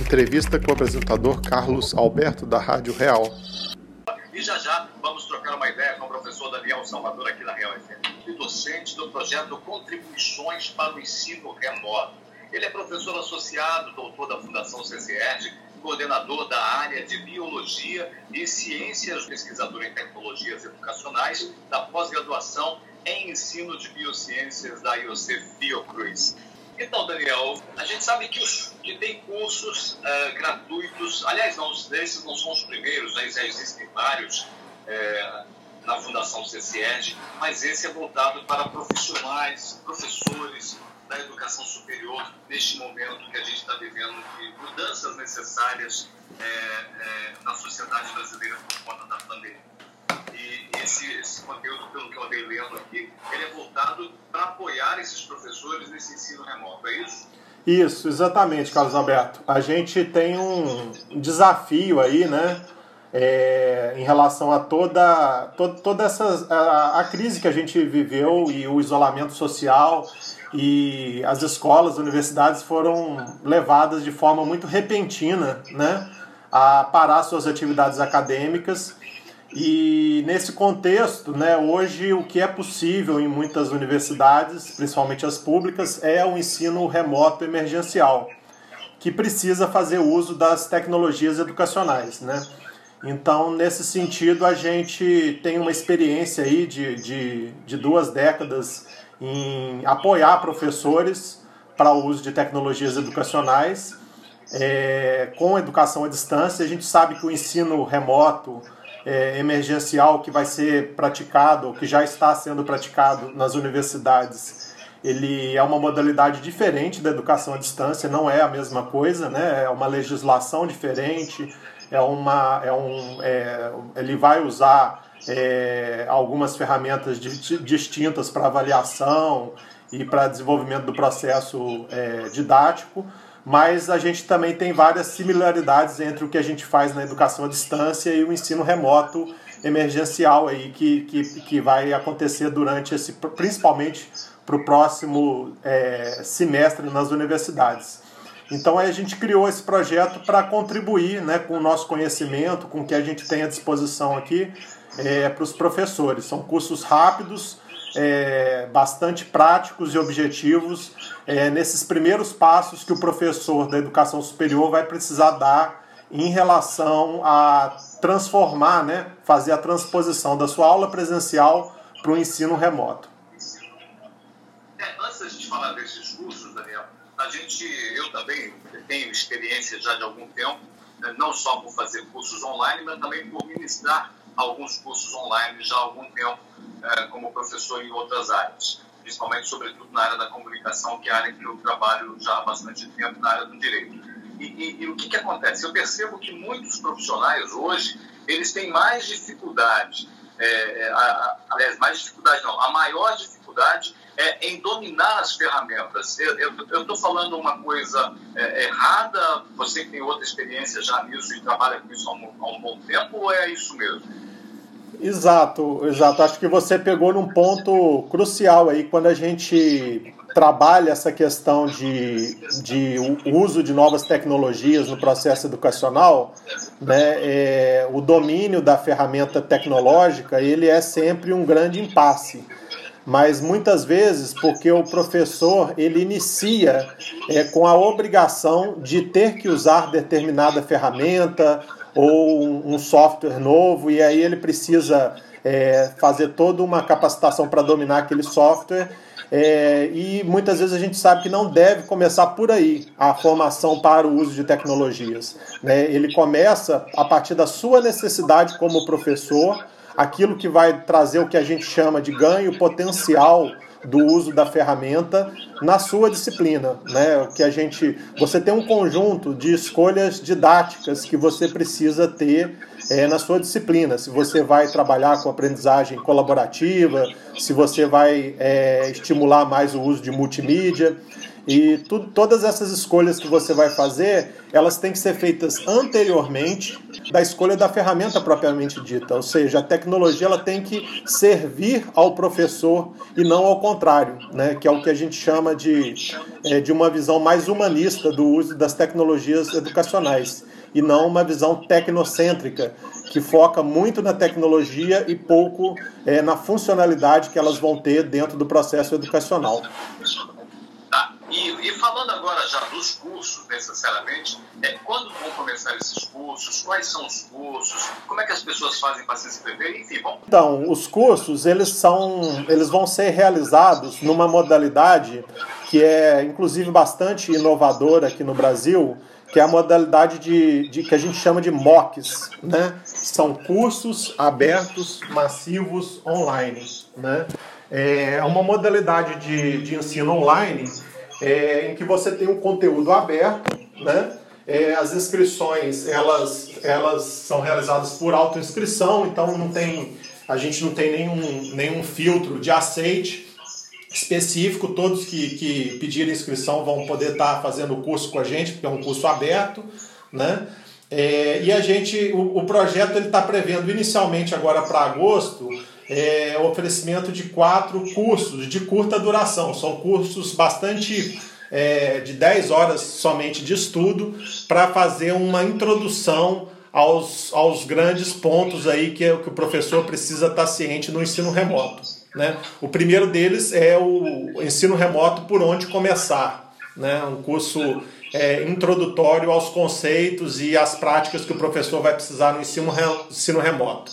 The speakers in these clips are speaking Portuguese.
Entrevista com o apresentador Carlos Alberto, da Rádio Real. E já vamos trocar uma ideia com o professor Daniel Salvador aqui na Real FM, docente do projeto Contribuições para o Ensino Remoto. Ele é professor associado, doutor da Fundação CCERJ, coordenador da área de Biologia e Ciências, pesquisador em Tecnologias Educacionais da pós-graduação em Ensino de Biociências da IOC Fiocruz. Então, Daniel, a gente sabe que tem cursos gratuitos, aliás, esses não são os primeiros, né? Já existem vários na Fundação CCERJ, mas esse é voltado para profissionais, professores da educação superior, neste momento que a gente está vivendo de mudanças necessárias na sociedade brasileira por conta da pandemia. E esse conteúdo, pelo que eu andei lendo aqui, ele é voltado para apoiar esses professores nesse ensino remoto, é isso? Isso, exatamente, Carlos Alberto. A gente tem um desafio aí, né, em relação a toda a crise que a gente viveu e o isolamento social, e as escolas, as universidades foram levadas de forma muito repentina, né, a parar suas atividades acadêmicas. E nesse contexto, né, hoje o que é possível em muitas universidades, principalmente as públicas, é o ensino remoto emergencial, que precisa fazer uso das tecnologias educacionais, né? Então, nesse sentido, a gente tem uma experiência aí de 2 décadas em apoiar professores para o uso de tecnologias educacionais, com educação à distância. A gente sabe que o ensino remoto emergencial que vai ser praticado, que já está sendo praticado nas universidades, ele é uma modalidade diferente da educação à distância, não é a mesma coisa, né? É uma legislação diferente, ele vai usar algumas ferramentas distintas para avaliação e para desenvolvimento do processo didático, mas a gente também tem várias similaridades entre o que a gente faz na educação à distância e o ensino remoto emergencial aí, que vai acontecer durante principalmente para o próximo semestre nas universidades. Então a gente criou esse projeto para contribuir, né, com o nosso conhecimento, com o que a gente tem à disposição aqui para os professores. São cursos rápidos, bastante práticos e objetivos nesses primeiros passos que o professor da educação superior vai precisar dar em relação a transformar, né, fazer a transposição da sua aula presencial para o ensino remoto. Antes da gente falar desses cursos, Daniel, eu também tenho experiência já de algum tempo, não só por fazer cursos online, mas também por ministrar alguns cursos online já há algum tempo como professor em outras áreas, principalmente, sobretudo, na área da comunicação, que é a área que eu trabalho já há bastante tempo, na área do direito. E o que acontece? Eu percebo que muitos profissionais hoje, eles têm mais dificuldade, a maior dificuldade é em dominar as ferramentas. Eu estou falando uma coisa errada? Você que tem outra experiência já nisso e trabalha com isso há um bom tempo, ou é isso mesmo? Exato. Acho que você pegou num ponto crucial aí, quando a gente trabalha essa questão de uso de novas tecnologias no processo educacional, né, o domínio da ferramenta tecnológica, ele é sempre um grande impasse. Mas muitas vezes, porque o professor ele inicia com a obrigação de ter que usar determinada ferramenta ou um software novo, e aí ele precisa fazer toda uma capacitação para dominar aquele software, e muitas vezes a gente sabe que não deve começar por aí a formação para o uso de tecnologias, né? Ele começa a partir da sua necessidade como professor, aquilo que vai trazer o que a gente chama de ganho potencial do uso da ferramenta na sua disciplina, né? Você tem um conjunto de escolhas didáticas que você precisa ter na sua disciplina. Se você vai trabalhar com aprendizagem colaborativa, se você vai estimular mais o uso de multimídia. E todas essas escolhas que você vai fazer, elas têm que ser feitas anteriormente da escolha da ferramenta propriamente dita, ou seja, a tecnologia ela tem que servir ao professor e não ao contrário, né? Que é o que a gente chama de uma visão mais humanista do uso das tecnologias educacionais, e não uma visão tecnocêntrica, que foca muito na tecnologia e pouco na funcionalidade que elas vão ter dentro do processo educacional. Tá. E falando agora já dos cursos, necessariamente, quando vão começar esses cursos, quais são os cursos, como é que as pessoas fazem para se inscrever, enfim, bom. Então, os cursos, eles vão ser realizados numa modalidade que é, inclusive, bastante inovadora aqui no Brasil, que é a modalidade que a gente chama de MOOCs, né? São cursos abertos, massivos, online, né? É uma modalidade de ensino online em que você tem um conteúdo aberto, né? As inscrições, elas são realizadas por autoinscrição, então a gente não tem nenhum filtro de aceite específico. Todos que pedirem inscrição vão poder estar fazendo o curso com a gente, porque é um curso aberto, né? E o projeto está prevendo inicialmente agora para agosto o oferecimento de 4 cursos de curta duração. São cursos bastante de 10 horas somente de estudo, para fazer uma introdução aos grandes pontos aí que o professor precisa estar ciente no ensino remoto, né? O primeiro deles é o ensino remoto por onde começar, né? Um curso introdutório aos conceitos e às práticas que o professor vai precisar no ensino remoto.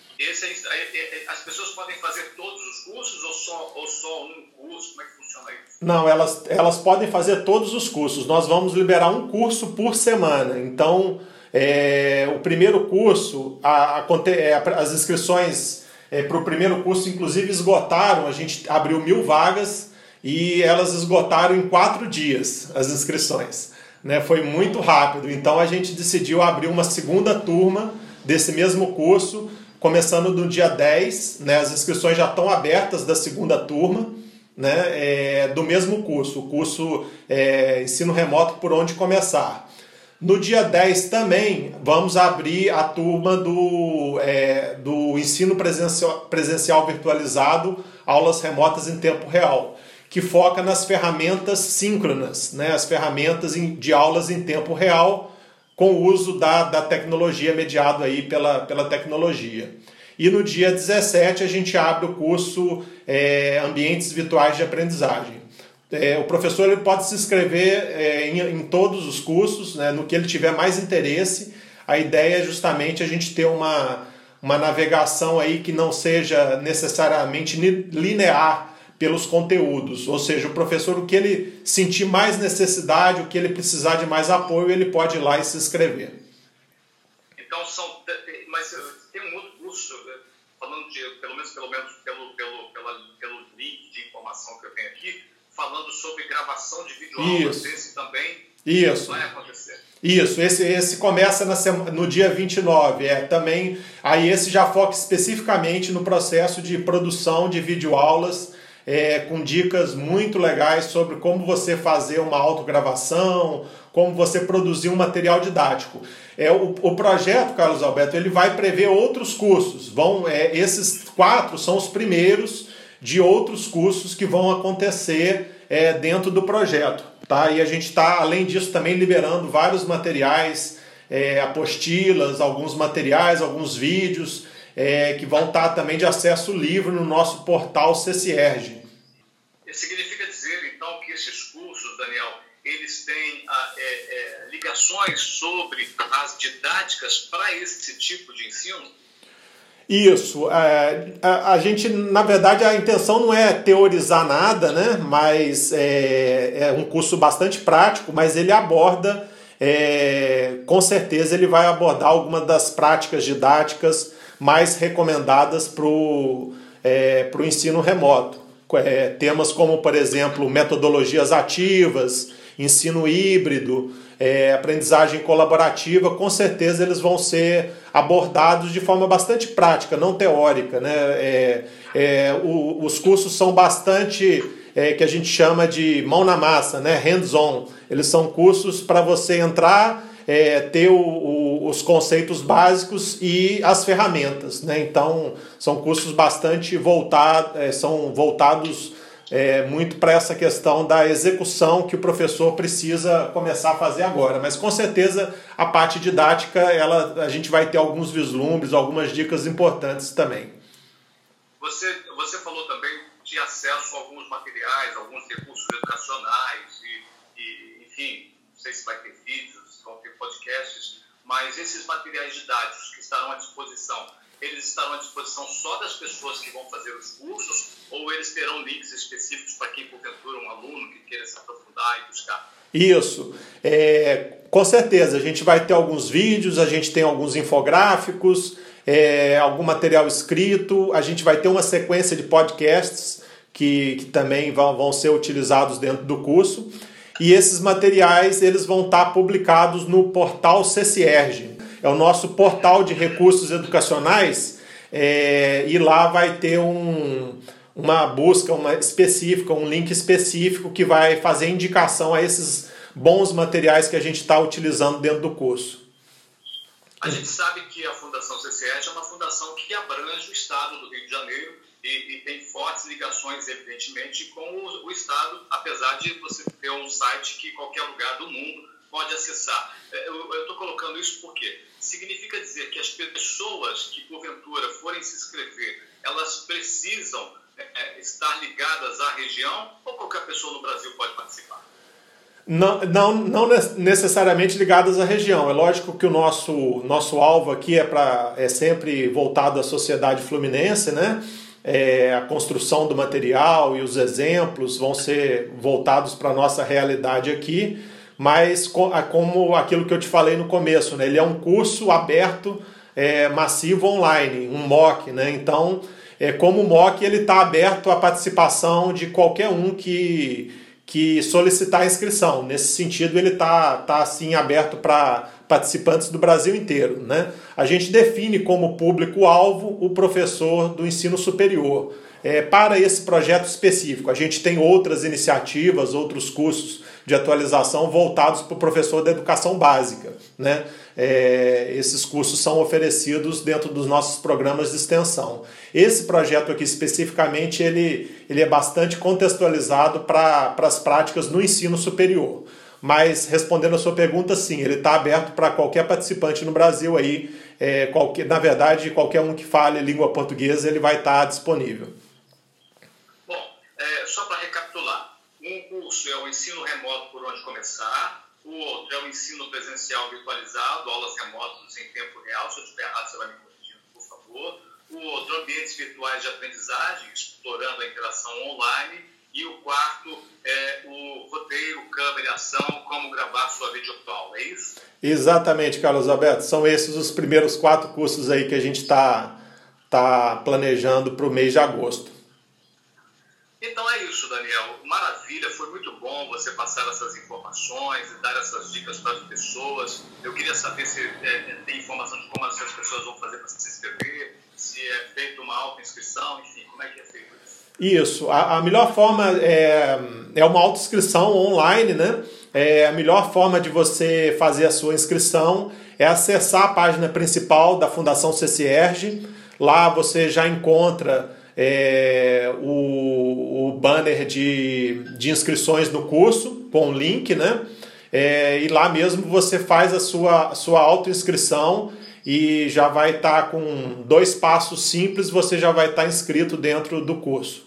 As pessoas podem fazer todos os cursos ou só um curso? Como é que funciona isso? Não, elas podem fazer todos os cursos. Nós vamos liberar um curso por semana. Então, o primeiro curso, as inscrições para o primeiro curso, inclusive, esgotaram. A gente abriu 1.000 vagas e elas esgotaram em 4 dias as inscrições, né? Foi muito rápido. Então, a gente decidiu abrir uma segunda turma desse mesmo curso, começando no dia 10, né? As inscrições já estão abertas da segunda turma, né? Do mesmo curso, o curso Ensino Remoto por onde começar. No dia 10 também vamos abrir a turma do Ensino Presencial Virtualizado, Aulas Remotas em Tempo Real, que foca nas ferramentas síncronas, né? As ferramentas de aulas em tempo real, com o uso da tecnologia, mediado aí pela tecnologia. E no dia 17 a gente abre o curso Ambientes Virtuais de Aprendizagem. O professor ele pode se inscrever em todos os cursos, né, no que ele tiver mais interesse. A ideia é justamente a gente ter uma navegação aí que não seja necessariamente linear pelos conteúdos, ou seja, o professor, o que ele sentir mais necessidade, o que ele precisar de mais apoio, ele pode ir lá e se inscrever. Então, mas tem um outro curso, falando pelo menos pelo link de informação que eu tenho aqui, falando sobre gravação de videoaulas. Esse também vai acontecer. Isso, esse começa no dia 29, também, aí esse já foca especificamente no processo de produção de videoaulas, com dicas muito legais sobre como você fazer uma autogravação, como você produzir um material didático. O projeto, Carlos Alberto, ele vai prever outros cursos. Esses 4 são os primeiros de outros cursos que vão acontecer dentro do projeto. Tá? E a gente está, além disso, também liberando vários materiais, apostilas, alguns materiais, alguns vídeos, que vão estar também de acesso livre no nosso portal CCERJ. Significa dizer, então, que esses cursos, Daniel, eles têm ligações sobre as didáticas para esse tipo de ensino? Isso. A gente, na verdade, a intenção não é teorizar nada, né? Mas é um curso bastante prático, mas ele aborda, com certeza, ele vai abordar algumas das práticas didáticas mais recomendadas para o ensino remoto. Temas como, por exemplo, metodologias ativas, ensino híbrido, aprendizagem colaborativa, com certeza eles vão ser abordados de forma bastante prática, não teórica, né? Os cursos são bastante, que a gente chama de mão na massa, né? Hands-on. Eles são cursos para você entrar ter os conceitos básicos e as ferramentas, né? Então, são cursos bastante voltados muito para essa questão da execução que o professor precisa começar a fazer agora. Mas, com certeza, a parte didática, a gente vai ter alguns vislumbres, algumas dicas importantes também. Você falou também de acesso a alguns materiais, alguns recursos educacionais e enfim, não sei se vai ter vídeos, se vão ter podcasts, mas esses materiais didáticos que estarão à disposição, eles estarão à disposição só das pessoas que vão fazer os cursos ou eles terão links específicos para quem, porventura, um aluno que queira se aprofundar e buscar? Isso. Com certeza, a gente vai ter alguns vídeos, a gente tem alguns infográficos, algum material escrito, a gente vai ter uma sequência de podcasts que também vão ser utilizados dentro do curso. E esses materiais eles vão estar publicados no portal CCERJ. É o nosso portal de recursos educacionais e lá vai ter uma busca específica, um link específico que vai fazer indicação a esses bons materiais que a gente está utilizando dentro do curso. A gente sabe que a Fundação CCERJ é uma fundação que abrange o estado do Rio de Janeiro e tem fortes ligações, evidentemente, com o estado, apesar de você ter um site que qualquer lugar do mundo pode acessar. Eu estou colocando isso porque significa dizer que as pessoas que, porventura, forem se inscrever, elas precisam estar ligadas à região ou qualquer pessoa no Brasil pode participar? Não necessariamente ligadas à região. É lógico que o nosso alvo aqui é sempre voltado à sociedade fluminense, né? A construção do material e os exemplos vão ser voltados para a nossa realidade aqui, mas como aquilo que eu te falei no começo, né? Ele é um curso aberto, massivo online, um MOOC, né? Então, como MOOC, ele está aberto à participação de qualquer um que solicitar a inscrição. Nesse sentido, ele tá assim, aberto para participantes do Brasil inteiro, né? A gente define como público-alvo o professor do ensino superior. Para esse projeto específico, a gente tem outras iniciativas, outros cursos de atualização voltados para o professor da educação básica, né? Esses cursos são oferecidos dentro dos nossos programas de extensão. Esse projeto aqui especificamente ele é bastante contextualizado para as práticas no ensino superior. Mas respondendo a sua pergunta, sim, ele está aberto para qualquer participante no Brasil aí, na verdade, qualquer um que fale língua portuguesa ele vai estar disponível. Bom, só para recapitular, um curso é o ensino remoto por onde começar, o outro é o ensino presencial virtualizado, aulas remotas em tempo real. Se eu estiver errado, você vai me corrigir, por favor. O outro, ambientes virtuais de aprendizagem, explorando a interação online. E o quarto é o roteiro, câmera e ação, como gravar sua videoaula, é isso? Exatamente, Carlos Alberto. São esses os primeiros 4 cursos aí que a gente está planejando para o mês de agosto. Então é isso, Daniel. Maravilha, foi muito bom você passar essas informações e dar essas dicas para as pessoas. Eu queria saber se tem informação de como as pessoas vão fazer para se inscrever, se é feita uma autoinscrição, enfim, como é que é feito isso? Isso, a melhor forma é uma autoinscrição online, né? A melhor forma de você fazer a sua inscrição é acessar a página principal da Fundação CCERJ. Lá você já encontra o banner de inscrições no curso, com o link, né? E lá mesmo você faz a sua autoinscrição e já vai estar com 2 passos simples, você já vai estar inscrito dentro do curso.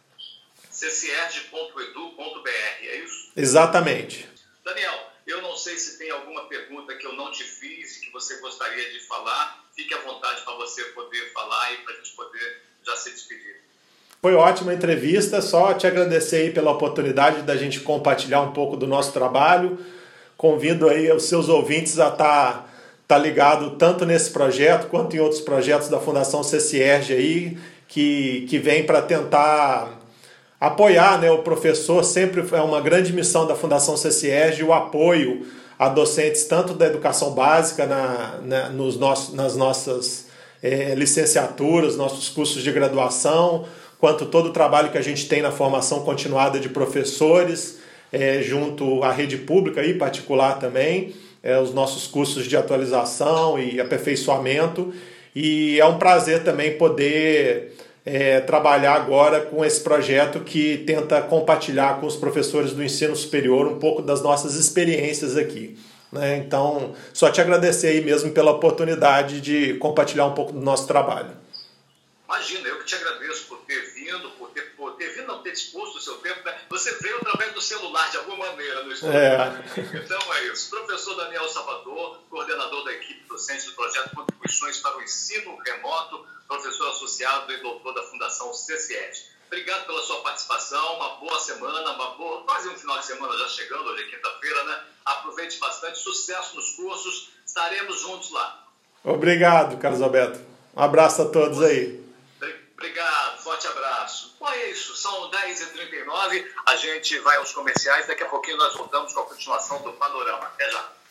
ccierj.edu.br, é isso? Exatamente. Daniel, eu não sei se tem alguma pergunta que eu não te fiz e que você gostaria de falar. Fique à vontade para você poder falar e para a gente poder já se despedir. Foi ótima entrevista, só te agradecer aí pela oportunidade da gente compartilhar um pouco do nosso trabalho. Convido aí os seus ouvintes a estar ligado tanto nesse projeto quanto em outros projetos da Fundação CCERJ aí, que vem para tentar apoiar, né, o professor. Sempre é uma grande missão da Fundação CCERJ o apoio a docentes tanto da educação básica nas nossas licenciaturas, nossos cursos de graduação, quanto todo o trabalho que a gente tem na formação continuada de professores, junto à rede pública e particular também. os nossos cursos de atualização e aperfeiçoamento. E é um prazer também poder trabalhar agora com esse projeto que tenta compartilhar com os professores do ensino superior um pouco das nossas experiências aqui, né? Então, só te agradecer aí mesmo pela oportunidade de compartilhar um pouco do nosso trabalho. Imagina, eu que te agradeço por ter vindo, não ter disposto o seu tempo, né? Você veio através do celular, de alguma maneira, no estudo. Então é isso. Professor Daniel Salvador, coordenador da equipe docente do projeto Contribuições para o Ensino Remoto, professor associado e doutor da Fundação CCED. Obrigado pela sua participação, uma boa semana, quase um final de semana já chegando, hoje é quinta-feira, né? Aproveite bastante, sucesso nos cursos, estaremos juntos lá. Obrigado, Carlos Alberto. Um abraço a todos aí. Obrigado, forte abraço. Bom, é isso, são 10h39, a gente vai aos comerciais, daqui a pouquinho nós voltamos com a continuação do Panorama. Até já.